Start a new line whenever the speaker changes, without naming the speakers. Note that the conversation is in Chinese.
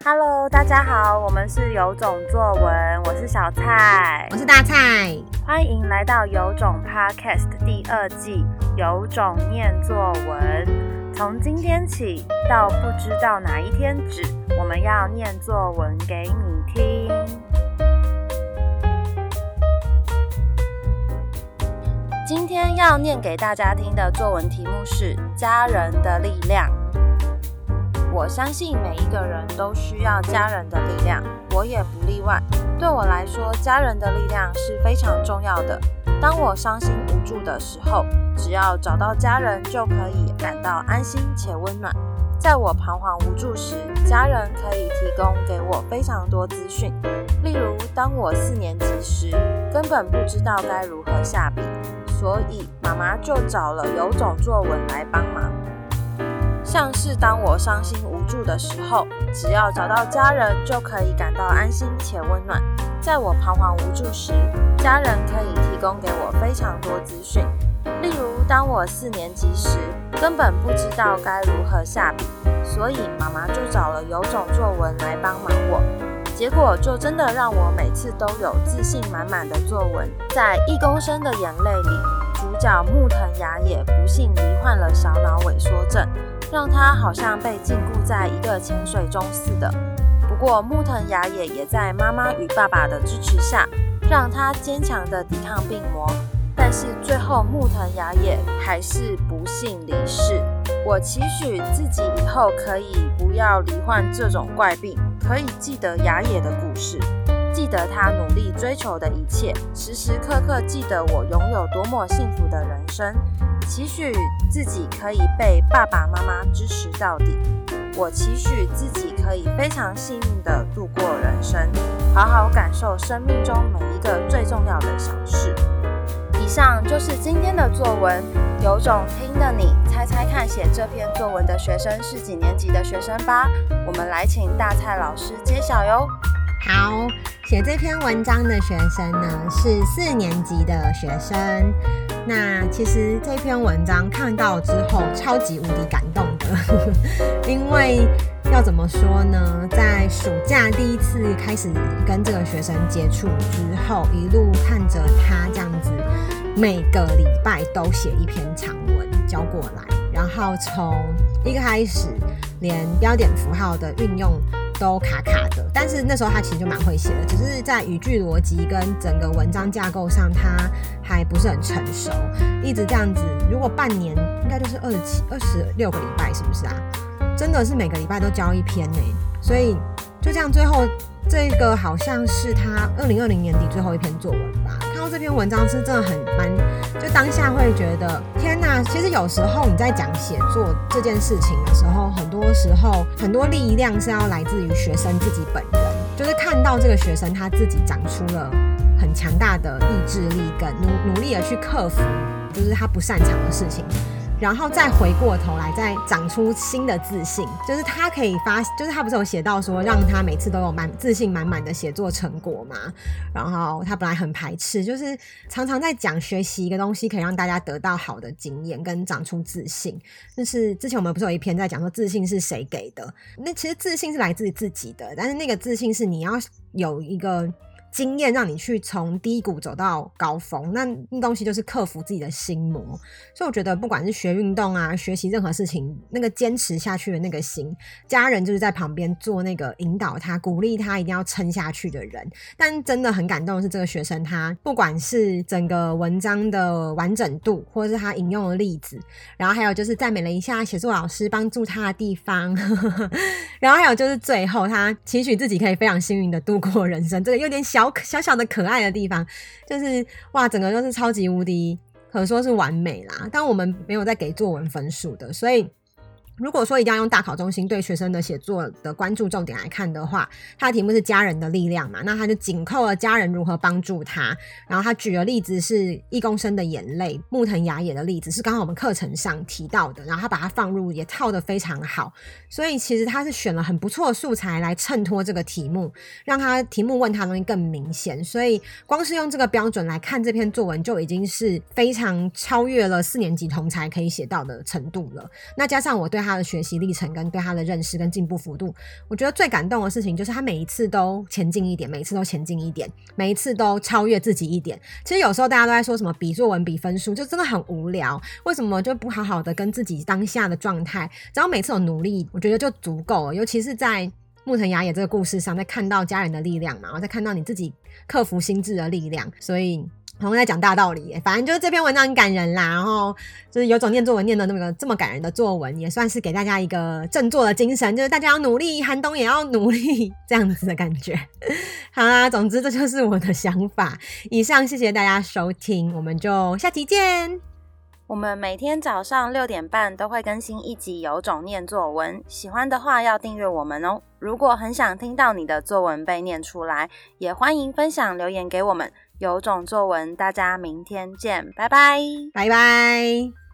Hello， 大家好，我们是有种作文，我是小蔡，
我是大蔡，
欢迎来到有种 Podcast 第2季，有种念作文。从今天起到不知道哪一天止，我们要念作文给你听。今天要念给大家听的作文题目是家人的力量。我相信每一个人都需要家人的力量，我也不例外。对我来说，家人的力量是非常重要的。当我伤心无助的时候，只要找到家人，就可以感到安心且温暖。在我彷徨无助时，家人可以提供给我非常多资讯。例如，当我4年级时，根本不知道该如何下笔，所以妈妈就找了有种作文来帮忙。像是当我伤心无助的时候，只要找到家人，就可以感到安心且温暖。在我彷徨无助时，家人可以提供给我非常多资讯。例如，当我4年级时，根本不知道该如何下笔，所以妈妈就找了有种作文来帮忙我。结果就真的让我每次都有自信满满的作文。在1公升的眼泪里，主角木藤雅也不幸罹患了小脑萎缩症，让他好像被禁锢在一个潜水中似的。不过木藤雅也在妈妈与爸爸的支持下，让他坚强地抵抗病魔。但是最后木藤雅也还是不幸离世。我期许自己以后可以不要罹患这种怪病，可以记得雅也的故事，记得他努力追求的一切，时时刻刻记得我拥有多么幸福的人生。期许自己可以被爸爸妈妈支持到底。我期许自己可以非常幸运地度过人生，好好感受生命中每一个最重要的小事。以上就是今天的作文，有种听的你猜猜看，写这篇作文的学生是几年级的学生吧？我们来请大蔡老师揭晓哟。
好，写这篇文章的学生呢是4年级的学生。那其实这篇文章看到之后超级无敌感动的因为要怎么说呢，在暑假第一次开始跟这个学生接触之后，一路看着他这样子每个礼拜都写一篇长文交过来，然后从一开始连标点符号的运用都卡卡的，但是那时候他其实就蛮会写的，只是在语句逻辑跟整个文章架构上他还不是很成熟，一直这样子，如果半年应该就是26个礼拜，是不是啊？真的是每个礼拜都交一篇耶，所以就这样，最后这个好像是他2020年底最后一篇作文吧。看到这篇文章是真的就当下会觉得天哪，其实有时候你在讲写作这件事情的时候，很多时候很多力量是要来自于学生自己本人，就是看到这个学生他自己长出了很强大的意志力跟努力的去克服就是他不擅长的事情，然后再回过头来再长出新的自信，就是他可以就是他不是有写到说让他每次都有自信满满的写作成果嘛，然后他本来很排斥，就是常常在讲学习一个东西可以让大家得到好的经验跟长出自信，就是之前我们不是有一篇在讲说自信是谁给的，那其实自信是来自于自己的，但是那个自信是你要有一个经验让你去从低谷走到高峰，那东西就是克服自己的心魔。所以我觉得不管是学运动啊，学习任何事情，那个坚持下去的那个心，家人就是在旁边做那个引导他鼓励他一定要撑下去的人。但真的很感动的是这个学生他不管是整个文章的完整度，或者是他引用的例子，然后还有就是赞美了一下写作老师帮助他的地方然后还有就是最后他期许自己可以非常幸运的度过人生，这个有点小小的可爱的地方，就是哇，整个就是超级无敌可说是完美啦。但我们没有在给作文分数的，所以如果说一定要用大考中心对学生的写作的关注重点来看的话，他的题目是家人的力量嘛，那他就紧扣了家人如何帮助他，然后他举的例子是1公升的眼泪，木藤雅也的例子是刚好我们课程上提到的，然后他把它放入也套得非常好，所以其实他是选了很不错的素材来衬托这个题目，让他题目问他的东西更明显，所以光是用这个标准来看这篇作文就已经是非常超越了4年级同才可以写到的程度了。那加上我对他他的学习历程跟对他的认识跟进步幅度，我觉得最感动的事情就是他每一次都前进一点，每一次都前进一点，每一次都超越自己一点。其实有时候大家都在说什么比作文比分数，就真的很无聊，为什么就不好好的跟自己当下的状态，只要每次有努力，我觉得就足够了。尤其是在木藤雅也这个故事上，在看到家人的力量嘛，然后再看到你自己克服心智的力量，所以好像在讲大道理耶。反正就是这篇文章很感人啦，然后就是有种念作文念的那个这么感人的作文，也算是给大家一个振作的精神，就是大家要努力，寒冬也要努力这样子的感觉。好啦，总之这就是我的想法。以上谢谢大家收听，我们就下集见。
我们每天早上6点半都会更新一集有种念作文，喜欢的话要订阅我们哦。如果很想听到你的作文被念出来，也欢迎分享留言给我们。有种作文，大家明天见，拜拜，
拜拜。